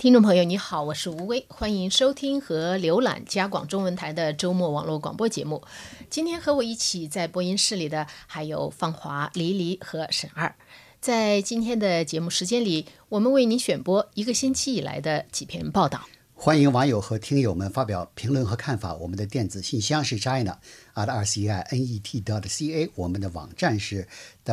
听众朋友你好，我是吴薇，欢迎收听和浏览加广中文台的周末网络广播节目。今天和我一起在播音室里的还有芳华、黎黎和沈二。在今天的节目时间里，我们为您选播一个星期以来的几篇报道。 欢迎网友和听友们发表评论和看法。我们的电子信箱是 china@rcinet.ca， 我们的网站是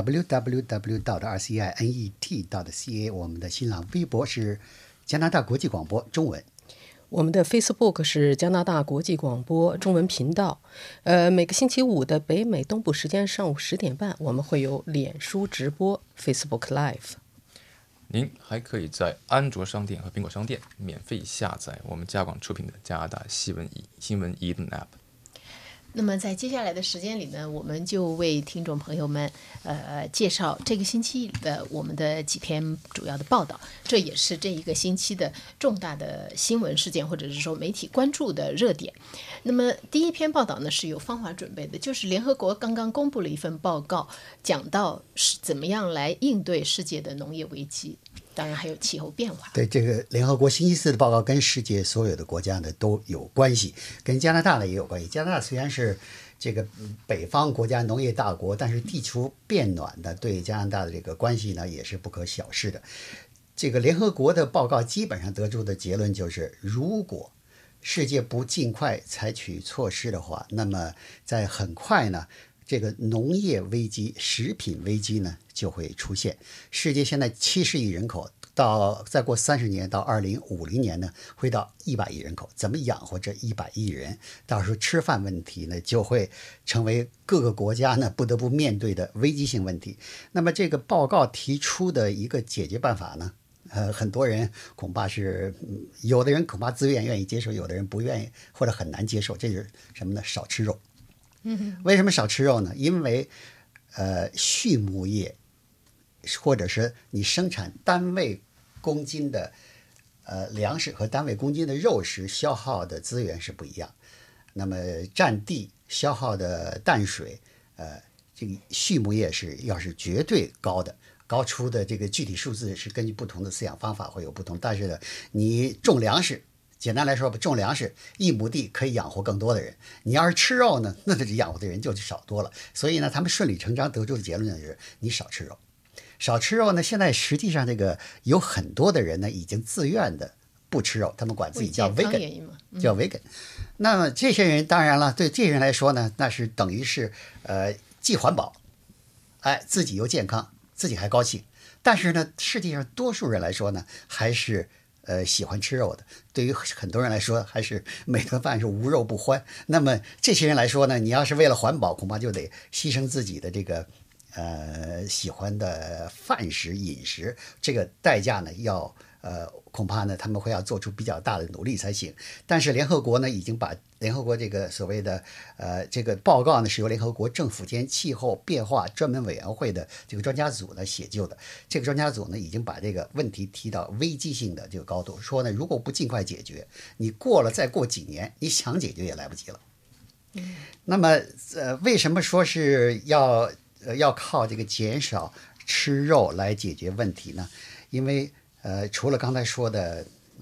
www.rcinet.ca， 我们的新浪微博是加拿大国际广播中文， 我们的 Facebook 是加拿大国际广播中文频道。每个星期五的北美东部时间上午10点半，我们会有脸书直播 Facebook Live。 您还可以在安卓商店和苹果商店免费下载我们加广出品的加拿大新闻移动 App。 那么在接下来的时间里呢，我们就为听众朋友们介绍这个星期的我们的几篇主要的报道，这也是这一个星期的重大的新闻事件或者是说媒体关注的热点。那么第一篇报道呢是由芳华准备的，就是联合国刚刚公布了一份报告，讲到是怎么样来应对世界的农业危机，当然还有气候变化。 对，这个联合国星期四的报告跟世界所有的国家呢都有关系，跟加拿大呢也有关系。加拿大虽然是这个北方国家农业大国，但是地球变暖的对加拿大的这个关系呢也是不可小视的。这个联合国的报告基本上得出的结论就是，如果世界不尽快采取措施的话，那么在很快呢这个农业危机、食品危机呢就会出现。世界现在70亿人口，再过30年到2050年呢，会到100亿人口。怎么养活这100亿人？到时候吃饭问题呢，就会成为各个国家呢不得不面对的危机性问题。那么这个报告提出的一个解决办法呢？很多人恐怕是，有的人恐怕自愿意接受，有的人不愿意或者很难接受。这是什么呢？少吃肉。为什么少吃肉呢？因为畜牧业或者是你生产单位公斤的粮食和单位公斤的肉食消耗的资源是不一样。那么占地消耗的淡水，这个畜牧业要是绝对高的。高出的这个具体数字是根据不同的饲养方法会有不同，但是呢，你种粮食，简单来说，种粮食1亩地可以养活更多的人。你要是吃肉呢，那这养活的人就少多了。所以呢，他们顺理成章得出的结论就是你少吃肉。少吃肉呢，现在实际上这个有很多的人呢已经自愿的不吃肉，他们管自己叫 vegan， 叫 vegan。那么这些人当然了，对这些人来说呢，那是等于是既环保，自己又健康。自己还高兴，但是呢，世界上多数人来说呢，还是喜欢吃肉的。对于很多人来说，还是每顿饭是无肉不欢。那么这些人来说呢，你要是为了环保，恐怕就得牺牲自己的这个喜欢的饭食饮食，这个代价呢恐怕呢他们会要做出比较大的努力才行。但是联合国呢已经把联合国这个所谓的这个报告呢是由联合国政府间气候变化专门委员会的这个专家组呢写就的。这个专家组呢已经把这个问题提到危机性的这个高度，说呢如果不尽快解决，你再过几年，你想解决也来不及了。那么为什么说是要靠这个减少吃肉来解决问题呢？因为除了刚才说的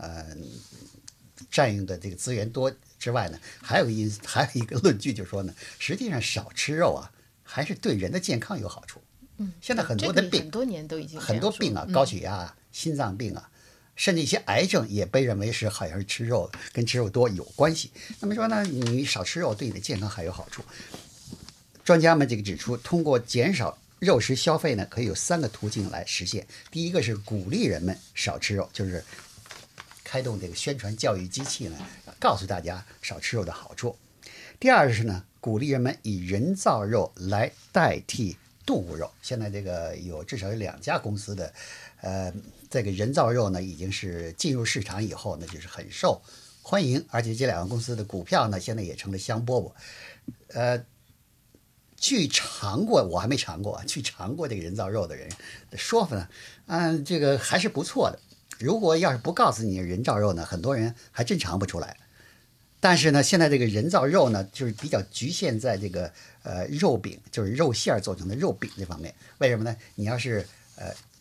占用的这个资源多之外呢，还有一个论据就是说呢，实际上少吃肉啊，还是对人的健康有好处。现在很多的病， 很多年都已经很多病啊，高血压、心脏病啊，甚至一些癌症也被认为是好像是吃肉跟吃肉多有关系。那么说呢，你少吃肉对你的健康还有好处。专家们这个指出，通过减少肉食消费呢，可以有3个途径来实现。第一个是鼓励人们少吃肉，就是开动这个宣传教育机器呢，告诉大家少吃肉的好处。第二是呢，鼓励人们以人造肉来代替动物肉。现在这个至少有2家公司的这个人造肉呢，已经是进入市场以后呢，就是很受欢迎，而且这2个公司的股票呢，现在也成了香饽饽。据尝过，我还没尝过，去尝过这个人造肉的人的说法呢，这个还是不错的。如果要是不告诉你人造肉呢，很多人还真尝不出来。但是呢，现在这个人造肉呢，就是比较局限在这个肉饼，就是肉馅做成的肉饼这方面。为什么呢？你要是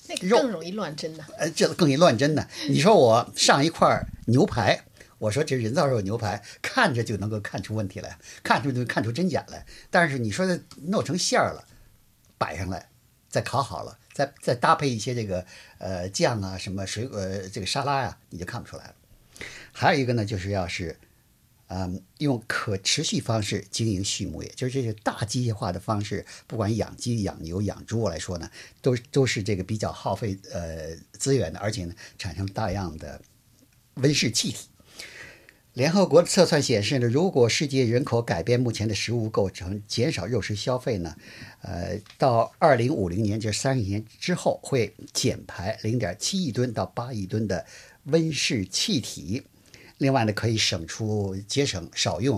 那个更容易乱真呢。 这更易乱真呢。你说我上一块牛排，我说这人造肉牛排，看着就能够看出问题来，看出真假来。但是你说的弄成馅儿了，摆上来，再烤好了，再搭配一些这个酱啊，什么水果这个沙拉呀、你就看不出来了。还有一个呢，就是要是用可持续方式经营畜牧业，就是这个大机械化的方式，不管养鸡、养牛、养猪来说呢，都是这个比较耗费资源的，而且呢产生大量的温室气体。联合国的测算显示呢，如果世界人口改变目前的食物构成，减少肉食消费呢，到2050年，就是30年之后，会减排0.7亿吨到8亿吨的温室气体。另外呢，可以节省少用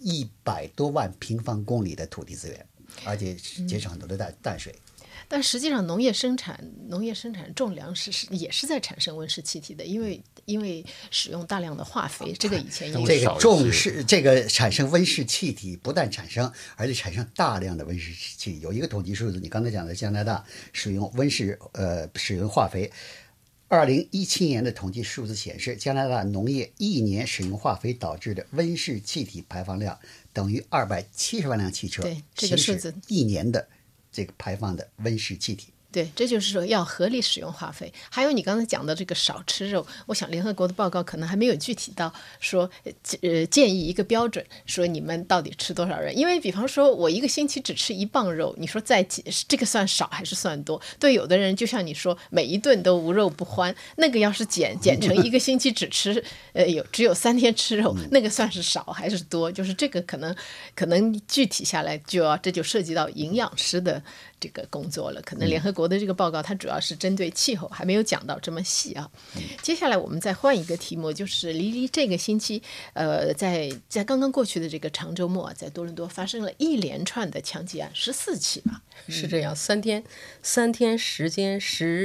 100多万平方公里的土地资源，而且节省很多的淡水。 但实际上，农业生产种粮食也是在产生温室气体的，因为使用大量的化肥，这个以前也有。 这个产生温室气体，不但产生，而且产生大量的温室气体。有一个统计数字，你刚才讲的加拿大使用化肥。2017年的统计数字显示，加拿大农业1年使用化肥导致的温室气体排放量等于270万辆汽车， 对这个数字 1年的这个排放的温室气体。 对，这就是说要合理使用化肥。还有你刚才讲的这个少吃肉，我想联合国的报告可能还没有具体到说建议一个标准，说你们到底吃多少人。因为比方说我一个星期只吃1磅肉，你说这个算少还是算多？对有的人就像你说每一顿都无肉不欢，那个要是减成一个星期只有3天吃肉，那个算是少还是多？就是这个可能具体下来这就涉及到营养师的这个工作了。可能联合国的这个报告它主要是针对气候，还没有讲到这么细啊。接下来我们再换一个题目，就是离这个星期在刚刚过去的这个长周末，在多伦多发生了一连串的枪击案，14起吧。 是这样，3天时间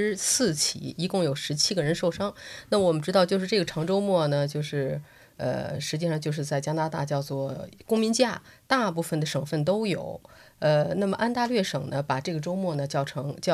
14起，一共有17个人受伤。那我们知道，就是这个长周末呢，就是实际上就是在加拿大叫做公民假，大部分的省份都有。那么安大略省呢，把这个周末呢叫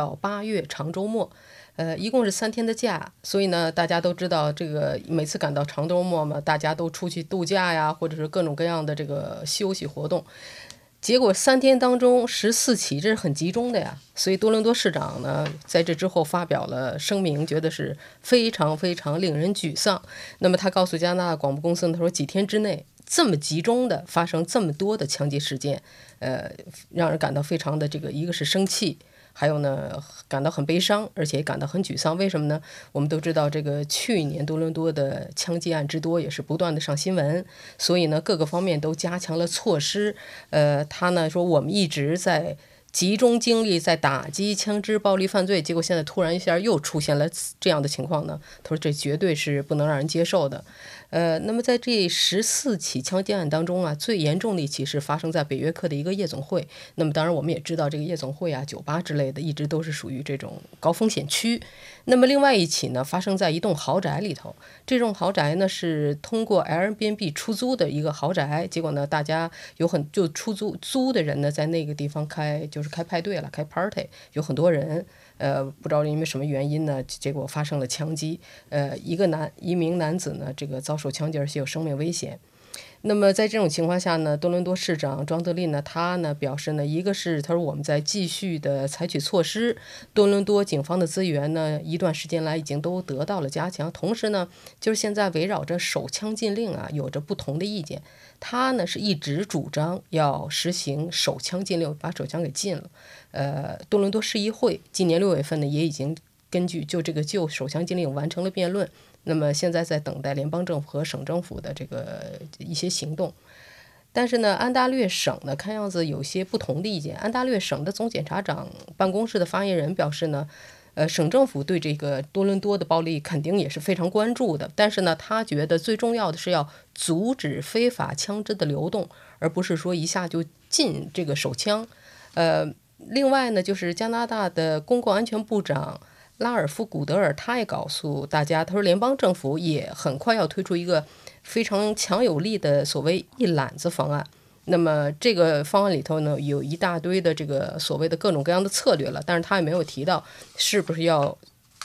8月长周末，一共是3天的假。所以呢，大家都知道这个每次赶到长周末嘛，大家都出去度假呀，或者是各种各样的这个休息活动。结果3天当中14起，这是很集中的呀。所以多伦多市长呢，在这之后发表了声明，觉得是非常非常令人沮丧。那么他告诉加拿大广播公司呢，他说几天之内这么集中的发生这么多的枪击事件，让人感到非常的一个是生气，还有呢感到很悲伤，而且感到很沮丧。为什么呢？我们都知道这个去年多伦多的枪击案之多，也是不断的上新闻，所以呢各个方面都加强了措施。他呢说我们一直在集中精力在打击枪支暴力犯罪，结果现在突然一下又出现了这样的情况呢，他说这绝对是不能让人接受的。那么在这14起枪击案当中啊，最严重的一起是发生在北约克的一个夜总会。那么当然我们也知道，这个夜总会啊、酒吧之类的，一直都是属于这种高风险区。那么另外一起呢，发生在一栋豪宅里头。这栋豪宅呢是通过 Airbnb 出租的一个豪宅，结果呢，大家就租的人呢，在那个地方开派对了，开 party， 有很多人。不知道因为什么原因呢，结果发生了枪击。一名男子呢，这个遭受枪击，而且有生命危险。那么在这种情况下呢，多伦多市长庄德利呢，他呢表示呢，一个是他说我们在继续的采取措施，多伦多警方的资源呢，一段时间来已经都得到了加强。同时呢，就是现在围绕着手枪禁令啊，有着不同的意见。他呢是一直主张要实行手枪禁令，把手枪给禁了。多伦多市议会今年6月份呢，也已经根据就手枪禁令完成了辩论。那么现在在等待联邦政府和省政府的这个一些行动。但是呢，安大略省呢，看样子有些不同的意见。安大略省的总检察长办公室的发言人表示呢，省政府对这个多伦多的暴力肯定也是非常关注的，但是呢，他觉得最重要的是要阻止非法枪支的流动，而不是说一下就禁这个手枪。另外呢，就是加拿大的公共安全部长拉尔夫·古德尔，他也告诉大家，他说联邦政府也很快要推出一个非常强有力的所谓一揽子方案。那么这个方案里头呢，有一大堆的这个所谓的各种各样的策略了，但是他也没有提到是不是要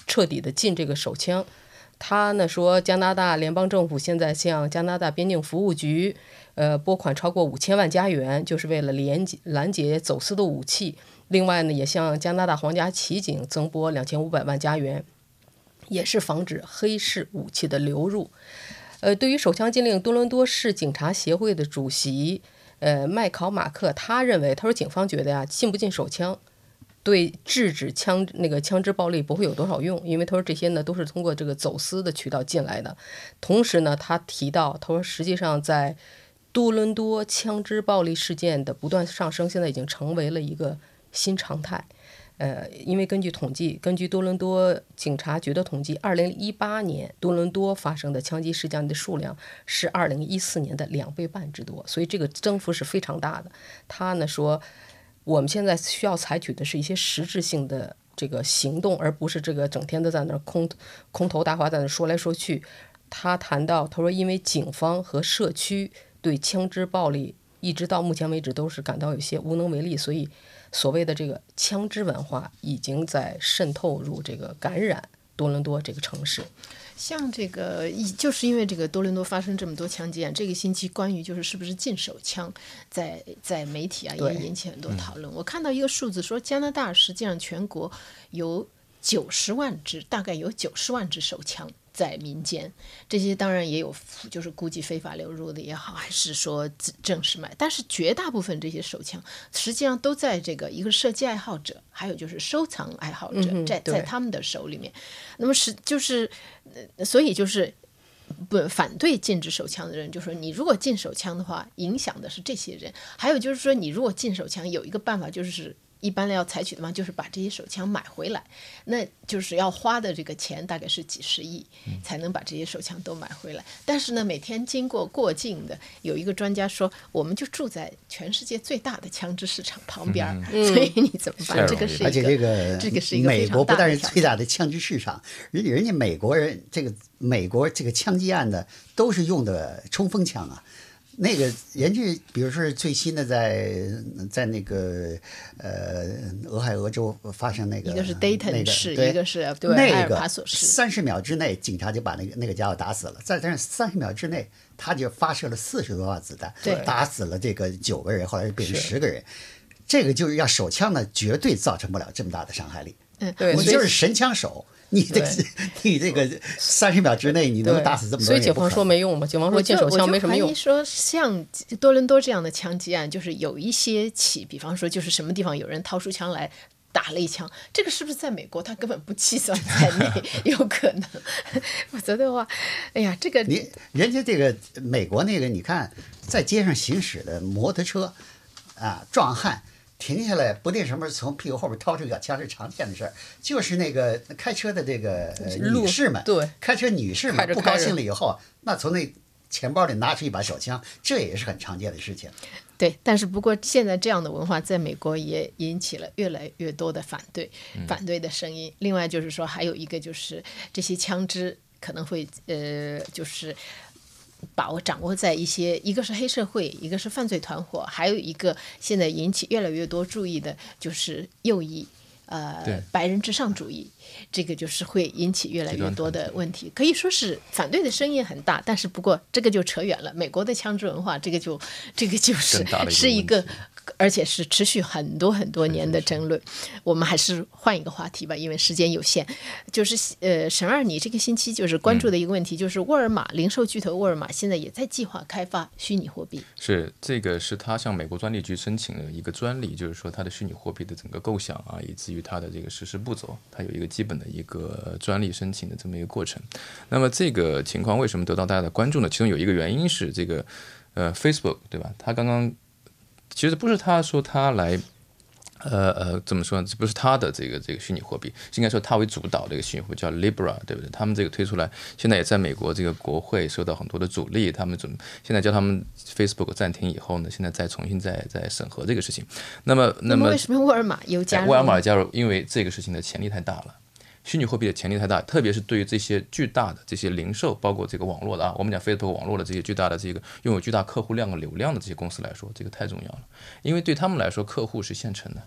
彻底的禁这个手枪。他呢说，加拿大联邦政府现在向加拿大边境服务局，拨款超过5000万加元，就是为了拦截走私的武器。另外呢，也向加拿大皇家骑警增拨2500万加元，也是防止黑市武器的流入。对于手枪禁令，多伦多市警察协会的主席麦考马克他认为，他说警方觉得呀，禁不禁手枪对制止枪支暴力不会有多少用，因为他说这些呢都是通过这个走私的渠道进来的。同时呢，他提到，他说实际上在多伦多枪支暴力事件的不断上升，现在已经成为了一个新常态。因为根据统计，根据多伦多警察局的统计，2018年多伦多发生的枪击事件的数量是2014年的2倍半之多，所以这个增幅是非常大的。他呢说，我们现在需要采取的是一些实质性的这个行动，而不是这个整天都在那空头大话在那说来说去。他谈到，他说因为警方和社区对枪支暴力一直到目前为止都是感到有些无能为力，所以所谓的这个枪支文化已经在渗透入这个感染多伦多这个城市。 像这个，就是因为这个多伦多发生这么多枪击案，这个星期关于就是是不是禁手枪，在媒体啊也引起很多讨论。我看到一个数字说，加拿大实际上全国有90万支，大概有90万支手枪在民间，这些当然也有就是估计非法流入的也好，还是说正式卖，但是绝大部分这些手枪实际上都在这个一个射击爱好者，还有就是收藏爱好者在他们的手里面。那么所以就是不反对禁止手枪的人就说，你如果禁手枪的话，影响的是这些人。还有就是说，你如果禁手枪，有一个办法就是一般要采取的方就是把这些手枪买回来，那就是要花的这个钱大概是几十亿才能把这些手枪都买回来。但是呢，每天经过过境的有一个专家说，我们就住在全世界最大的枪支市场旁边，所以你怎么办？这个是一个， 而且这个是一个非美国不常大的挑战。 但是最大的枪支市场，人家美国人美国这个枪击案的都是用的冲锋枪啊。那个人家比如说最新的在那个俄亥俄州发生那个， 一个是 Dayton 市， 一个是那埃尔帕索市 ，30秒之内警察就把那个家伙打死了，但是30秒之内他就发射了40多发子弹，打死了这个9个人，后来变成10个人。这个就是要手枪呢，绝对造成不了这么大的伤害力。 对， 你就是神枪手。你这个30秒之内你能打死这么多人， 所以警方说没用嘛？警方说禁手枪没什么用。 我就怀疑说，像多伦多这样的枪击案，就是有一些比方说就是什么地方有人掏出枪来打了一枪，这个是不是在美国他根本不计算在内？有可能，否则的话，哎呀，这个人家这个美国那个，你看在街上行驶的摩托车啊，壮汉。停下来不定什么时候从屁股后边掏出一把枪是常见的事儿，就是那个开车的这个女士们， 对， 开车女士们不高兴了以后，那从那钱包里拿出一把手枪，这也是很常见的事情。 对，但是不过现在这样的文化在美国也引起了越来越多的反对的声音。另外就是说，还有一个就是这些枪支可能会就是掌握在一个是黑社会，一个是犯罪团伙，还有一个现在引起越来越多注意的就是右翼白人至上主义，这个就是会引起越来越多的问题。可以说是反对的声音很大，但是不过这个就扯远了。美国的枪支文化，这个就是一个，而且是持续很多很多年的争论。我们还是换一个话题吧，因为时间有限。就是沈二，你这个星期就是关注的一个问题，就是沃尔玛零售巨头沃尔玛现在也在计划开发虚拟货币。 是这个是他向美国专利局申请了一个专利，就是说他的虚拟货币的整个构想啊，以至于它的这个实施步骤，它有一个基本的一个专利申请的这么一个过程。那么这个情况为什么得到大家的关注呢？其中有一个原因是这个Facebook 对吧？他刚刚其实不是他说他来怎么说呢？这不是他的这个虚拟货币，应该说他为主导这个虚拟货币叫 Libra， 对不对？他们这个推出来，现在也在美国这个国会受到很多的阻力。他们现在叫他们 Facebook 暂停以后呢，现在再重新再审核这个事情。那么为什么沃尔玛又加入？ 沃尔玛加入，因为这个事情的潜力太大了。虚拟货币的潜力太大，特别是对于这些巨大的这些零售，包括这个网络的我们讲 Facebook 网络的这些巨大的这个拥有巨大客户量和流量的这些公司来说，这个太重要了。因为对他们来说，客户是现成的，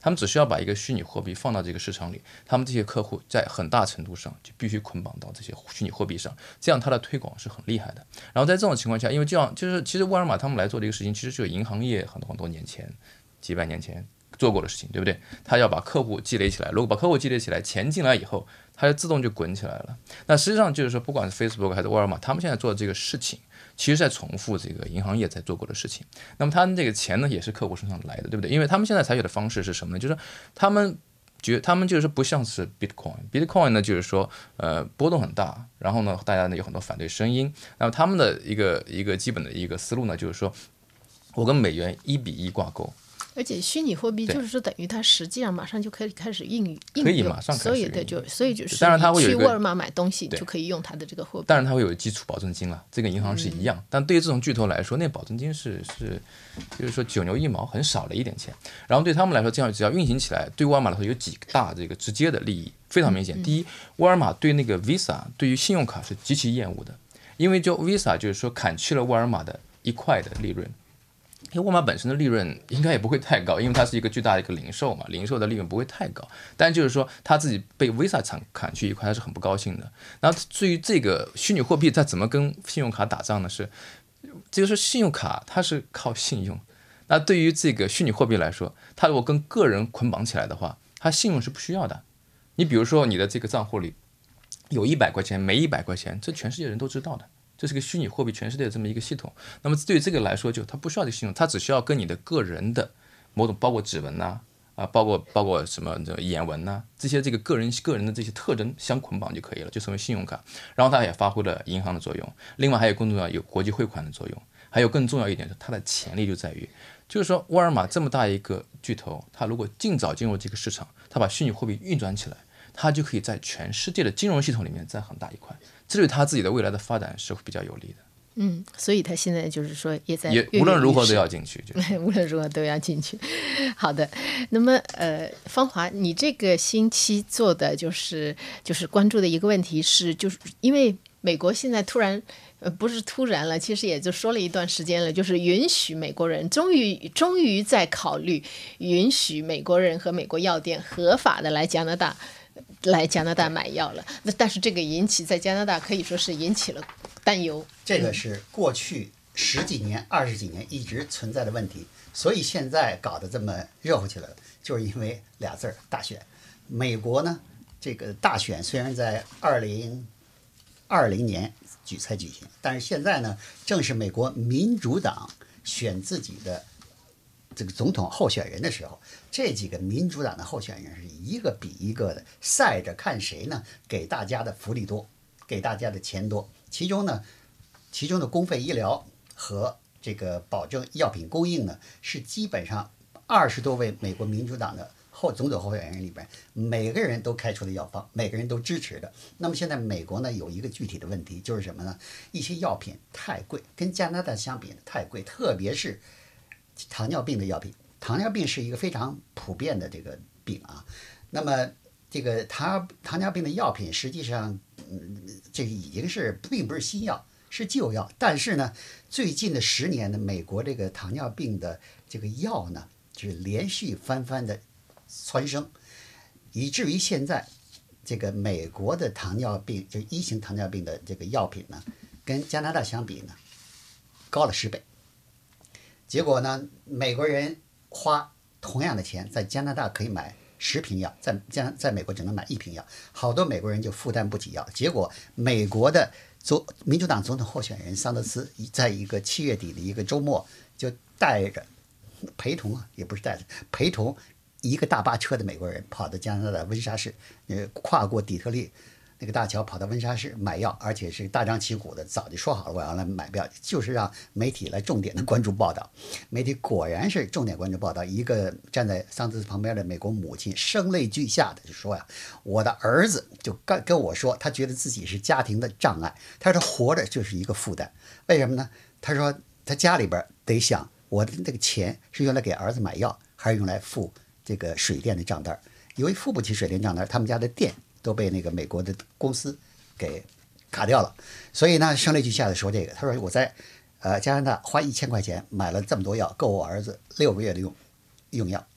他们只需要把一个虚拟货币放到这个市场里，他们这些客户在很大程度上就必须捆绑到这些虚拟货币上，这样它的推广是很厉害的。然后在这种情况下，因为这样就是其实沃尔玛他们来做这个事情，其实就是银行业很多年前几百年前做过的事情，对不对？他要把客户积累起来，如果把客户积累起来，钱进来以后，它就自动就滚起来了。那实际上就是说，不管是 Facebook 还是沃尔玛，他们现在做的这个事情，其实在重复这个银行业在做过的事情。那么他们这个钱呢，也是客户身上来的，对不对？因为他们现在采取的方式是什么呢？就是他们就是说不像是 Bitcoin 呢，就是说波动很大，然后呢大家呢有很多反对声音。那么他们的一个基本的一个思路呢，就是说我跟美元1:1挂钩。 而且虚拟货币就是说，等于它实际上马上就可以开始应用， 可以马上开始所以就是当然它会有一个去沃尔玛买东西就可以用它的这个货币。 当然它会有基础保证金了，这跟银行是一样。但对于这种巨头来说，那保证金是就是说9牛1毛，很少的一点钱。然后对他们来说，这样只要运行起来，对沃尔玛来说有几大这个直接的利益非常明显。第一，沃尔玛对那个 Visa 对于信用卡是极其厌恶的，因为就 Visa 就是说砍去了沃尔玛的1块的利润。因为沃尔玛本身的利润应该也不会太高，因为它是一个巨大的一个零售嘛，零售的利润不会太高。但就是说，他自己被 Visa 砍去1块，他是很不高兴的。然后至于这个虚拟货币，它怎么跟信用卡打仗呢？这就是信用卡它是靠信用，那对于这个虚拟货币来说，它如果跟个人捆绑起来的话，它信用是不需要的。你比如说你的这个账户里有100块钱，没100块钱，这全世界人都知道的。这是个虚拟货币全世界的这么一个系统。那么对于这个来说，就它不需要这个信用，它只需要跟你的个人的某种，包括指纹包括什么眼纹这些这个个人的这些特征相捆绑就可以了，就成为信用卡。然后它也发挥了银行的作用，另外还有更重要有国际汇款的作用，还有更重要一点是它的潜力就在于，就是说沃尔玛这么大一个巨头，它如果尽早进入这个市场，它把虚拟货币运转起来，它就可以在全世界的金融系统里面占很大一块，这对他自己的未来的发展是比较有利的。 所以他现在就是说也在无论如何都要进去， 无论如何都要进去。好的，那么芳华，你这个星期做的就是关注的一个问题是，就是因为美国现在突然不是突然了，其实也就说了一段时间了，就是允许美国人终于在考虑允许美国人和美国药店合法的来加拿大买药了。但是这个在加拿大可以说是引起了担忧。 这个是过去10几年、20几年一直存在的问题，所以现在搞得这么热乎起来了，就是因为俩字儿：大选。美国呢，这个大选虽然在2020年才举行，但是现在呢，正是美国民主党选自己的这个总统候选人的时候，这几个民主党的候选人是一个比一个的赛着看谁呢给大家的福利多，给大家的钱多。其中的公费医疗和这个保证药品供应呢，是基本上20多位美国民主党的总统候选人里边，每个人都开出的药方，每个人都支持的。那么现在美国呢有一个具体的问题，就是什么呢？一些药品太贵，跟加拿大相比太贵，特别是糖尿病的药品。糖尿病是一个非常普遍的这个病啊。那么这个糖尿病的药品实际上这个已经并不是新药，是旧药。但是呢，最近的10年呢，美国这个糖尿病的这个药呢，就是连续翻的蹿升，以至于现在这个美国的糖尿病，就1型糖尿病的这个药品呢，跟加拿大相比呢，高了10倍。结果呢，美国人花同样的钱，在加拿大可以买10瓶药，在美国只能买1瓶药，好多美国人就负担不起药。结果美国的民主党总统候选人桑德斯在一个7月底的一个周末，就陪同一个大巴车的美国人跑到加拿大的温莎市，跨过底特律那个大桥跑到温莎市买药，而且是大张旗鼓的，早就说好了我要来买票，就是让媒体来重点的关注报道。媒体果然是重点关注报道，一个站在桑德斯旁边的美国母亲声泪俱下的就说呀，我的儿子就跟我说，他觉得自己是家庭的障碍，他说他活着就是一个负担。为什么呢？他说他家里边得想，我的这个钱是用来给儿子买药，还是用来付这个水电的账单？由于付不起水电账单，他们家的电都被那个美国的公司给卡掉了，所以呢，声泪俱下的说这个，他说我在加拿大花1000块钱买了这么多药，够我儿子6个月的用药。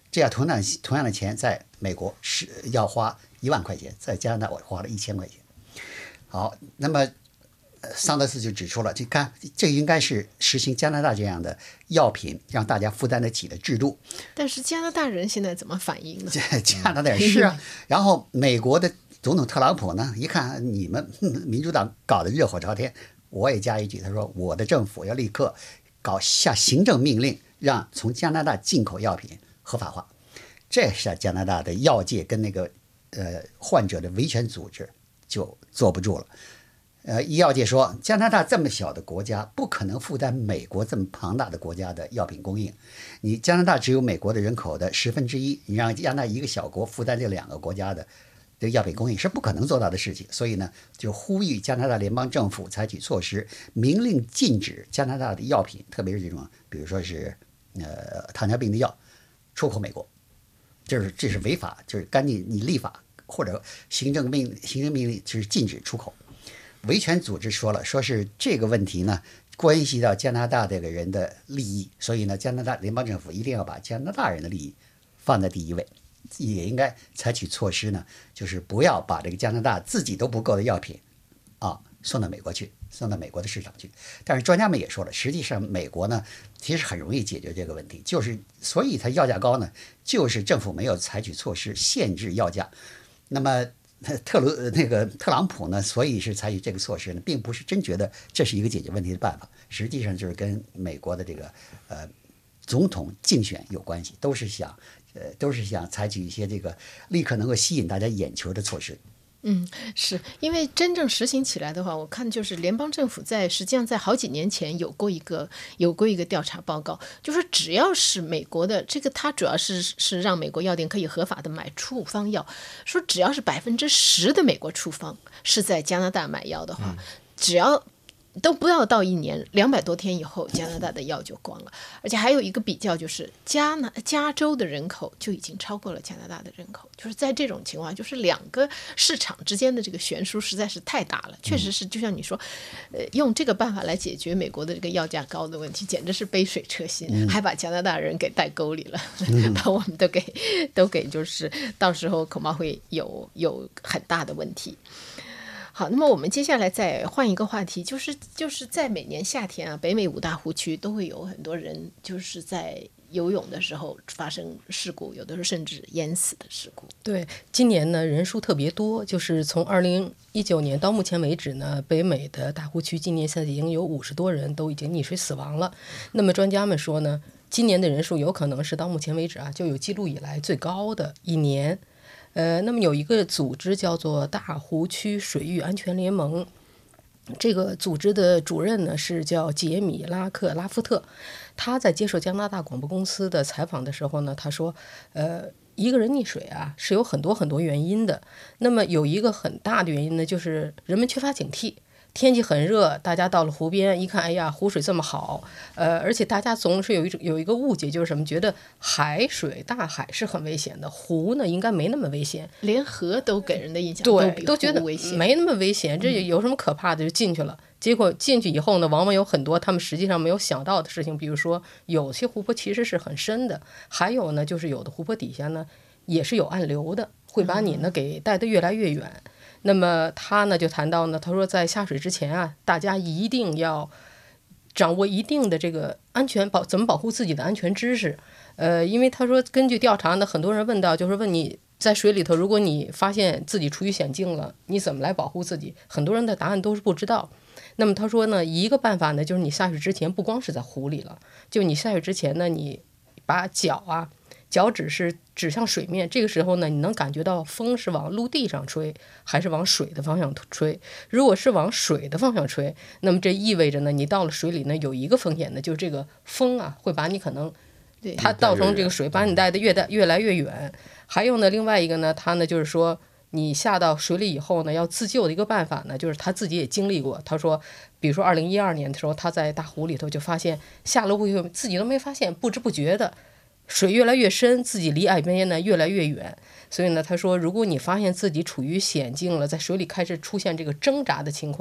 这样同样的钱在美国是要花1万块钱，在加拿大我花了1000块钱。好，那么桑德斯就指出了，这应该是实行加拿大这样的药品让大家负担得起的制度。 但是加拿大人现在怎么反应呢？ 加拿大人是啊，然后美国的总统特朗普呢，一看你们民主党搞得热火朝天，我也加一句，他说我的政府要立刻下行政命令，让从加拿大进口药品合法化。这是加拿大的药界跟那个患者的维权组织就坐不住了。医药界说，加拿大这么小的国家不可能负担美国这么庞大的国家的药品供应。你加拿大只有美国的人口的1/10，你让加拿大一个小国负担这2个国家的药品供应是不可能做到的事情。所以呢，就呼吁加拿大联邦政府采取措施，明令禁止加拿大的药品，特别是这种比如说是糖尿病的药出口美国。这是违法，就是赶紧你立法或者行政命令就是禁止出口。维权组织说了，说是这个问题呢关系到加拿大这个人的利益，所以呢加拿大联邦政府一定要把加拿大人的利益放在第一位，也应该采取措施呢，就是不要把这个加拿大自己都不够的药品送到美国去，送到美国的市场去。但是专家们也说了，实际上美国呢其实很容易解决这个问题，就是所以它药价高呢，就是政府没有采取措施限制药价。那么特朗普呢，所以是采取这个措施呢，并不是真觉得这是一个解决问题的办法，实际上就是跟美国的这个总统竞选有关系，都是想采取一些这个立刻能够吸引大家眼球的措施。 是因为真正实行起来的话，我看就是联邦政府实际上在好几年前有过一个调查报告，就是只要是美国的这个，它主要是让美国药店可以合法的买处方药，说只要是10%的美国处方是在加拿大买药的话，只要都不要到1年200多天以后，加拿大的药就光了。而且还有一个比较，就是加州的人口就已经超过了加拿大的人口，就是在这种情况，就是2个市场之间的这个悬殊实在是太大了。确实是，就像你说，用这个办法来解决美国的这个药价高的问题，简直是杯水车薪，还把加拿大人给带沟里了，把我们都给就是到时候恐怕会有很大的问题。好，那么我们接下来再换一个话题，就是在每年夏天啊，北美5大湖区都会有很多人就是在游泳的时候发生事故，有的时候甚至淹死的事故。 对，今年呢人数特别多，就是从2019年到目前为止呢，北美的大湖区今年现在已经有50多人都已经溺水死亡了。那么专家们说呢，今年的人数有可能是到目前为止就有记录以来最高的一年。那么有一个组织叫做大湖区水域安全联盟，这个组织的主任呢是叫杰米·拉夫特。他在接受加拿大广播公司的采访的时候呢，他说一个人溺水是有很多很多原因的。那么有一个很大的原因呢，就是人们缺乏警惕。天气很热，大家到了湖边一看，哎呀，湖水这么好，而且大家总是有一个误解，就是什么，觉得大海是很危险的，湖呢应该没那么危险， 连河都给人的印象都觉得没那么危险，这有什么可怕的，就进去了。结果进去以后呢，往往有很多他们实际上没有想到的事情，比如说有些湖泊其实是很深的，还有呢就是有的湖泊底下呢也是有暗流的，会把你呢给带得越来越远。那么他呢就谈到呢，他说在下水之前大家一定要掌握一定的这个怎么保护自己的安全知识。因为他说根据调查呢，很多人问到，就是问你在水里头，如果你发现自己处于险境了，你怎么来保护自己？很多人的答案都是不知道。那么他说呢，一个办法呢，就是你下水之前不光是在湖里了，就你下水之前呢，你把脚趾是指向水面，这个时候呢，你能感觉到风是往陆地上吹还是往水的方向吹。如果是往水的方向吹，那么这意味着呢，你到了水里呢，有一个风险呢，就是这个风会把你可能它造成这个水把你带得越来越远。还有呢，另外一个呢，它呢就是说你下到水里以后呢，要自救的一个办法呢，就是他自己也经历过。他说比如说2012年的时候，他在大湖里头就发现下了湖以后自己都没发现，不知不觉的水越来越深，自己离岸边呢越来越远。所以呢，他说如果你发现自己处于险境了，在水里开始出现这个挣扎的情况，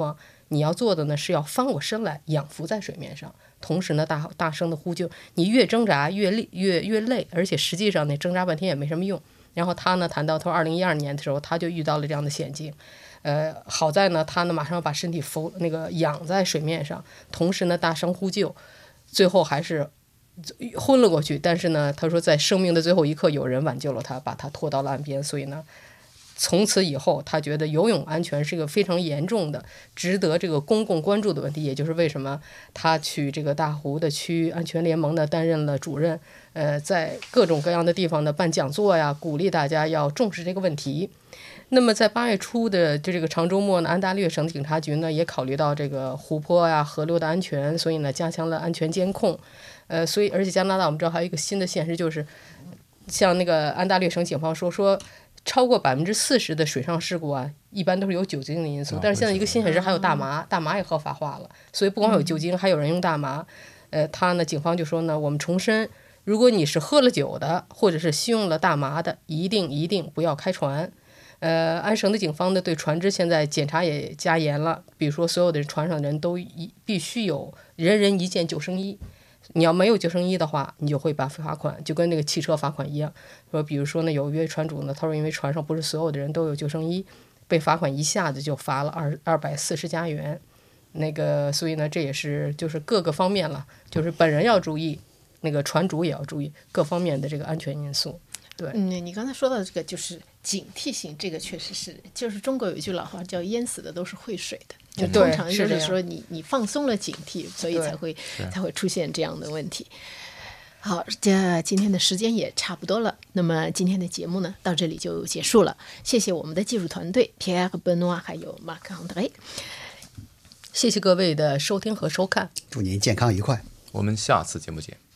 你要做的呢是要翻过身来仰浮在水面上，同时呢大声的呼救。你越挣扎越累，而且实际上那挣扎半天也没什么用。然后他呢谈到他2012年的时候，他就遇到了这样的险境。好在呢他呢马上把身体仰在水面上，同时呢大声呼救，最后还是昏了过去。但是呢他说在生命的最后一刻有人挽救了他，把他拖到了岸边。所以呢从此以后他觉得游泳安全是一个非常严重的值得这个公共关注的问题，也就是为什么他去这个大湖的区域安全联盟呢担任了主任，在各种各样的地方呢办讲座呀，鼓励大家要重视这个问题。那么在8月初的这个长周末呢，安大略省警察局呢也考虑到这个湖泊呀、河流的安全，所以呢加强了安全监控。所以而且加拿大我们知道还有一个新的现实，就是像那个安大略省警方说超过40%的水上事故啊，一般都是有酒精的因素。但是现在一个新显示还有大麻也合法化了，所以不光有酒精，还有人用大麻。警方就说呢，我们重申，如果你是喝了酒的，或者是吸用了大麻的，一定不要开船。安省的警方呢对船只现在检查也加严了，比如说所有的船上的人都必须有人人一件救生衣。你要没有救生衣的话，你就会把罚款，就跟那个汽车罚款一样。说比如说呢，有一位船主呢，他说因为船上不是所有的人都有救生衣，被罚款一下子就罚了240加元。所以呢，这也是就是各个方面了，就是本人要注意，那个船主也要注意各方面的这个安全因素。对， 你刚才说到的这个就是警惕性，这个确实是，就是中国有一句老话叫淹死的都是会水的。就通常就是说你放松了警惕，所以才会出现这样的问题。好，今天的时间也差不多了，那么今天的节目呢到这里就结束了。谢谢我们的技术团队 Pierre Benoit 还有 Marc André， 谢谢各位的收听和收看， 祝您健康愉快， 我们下次节目见。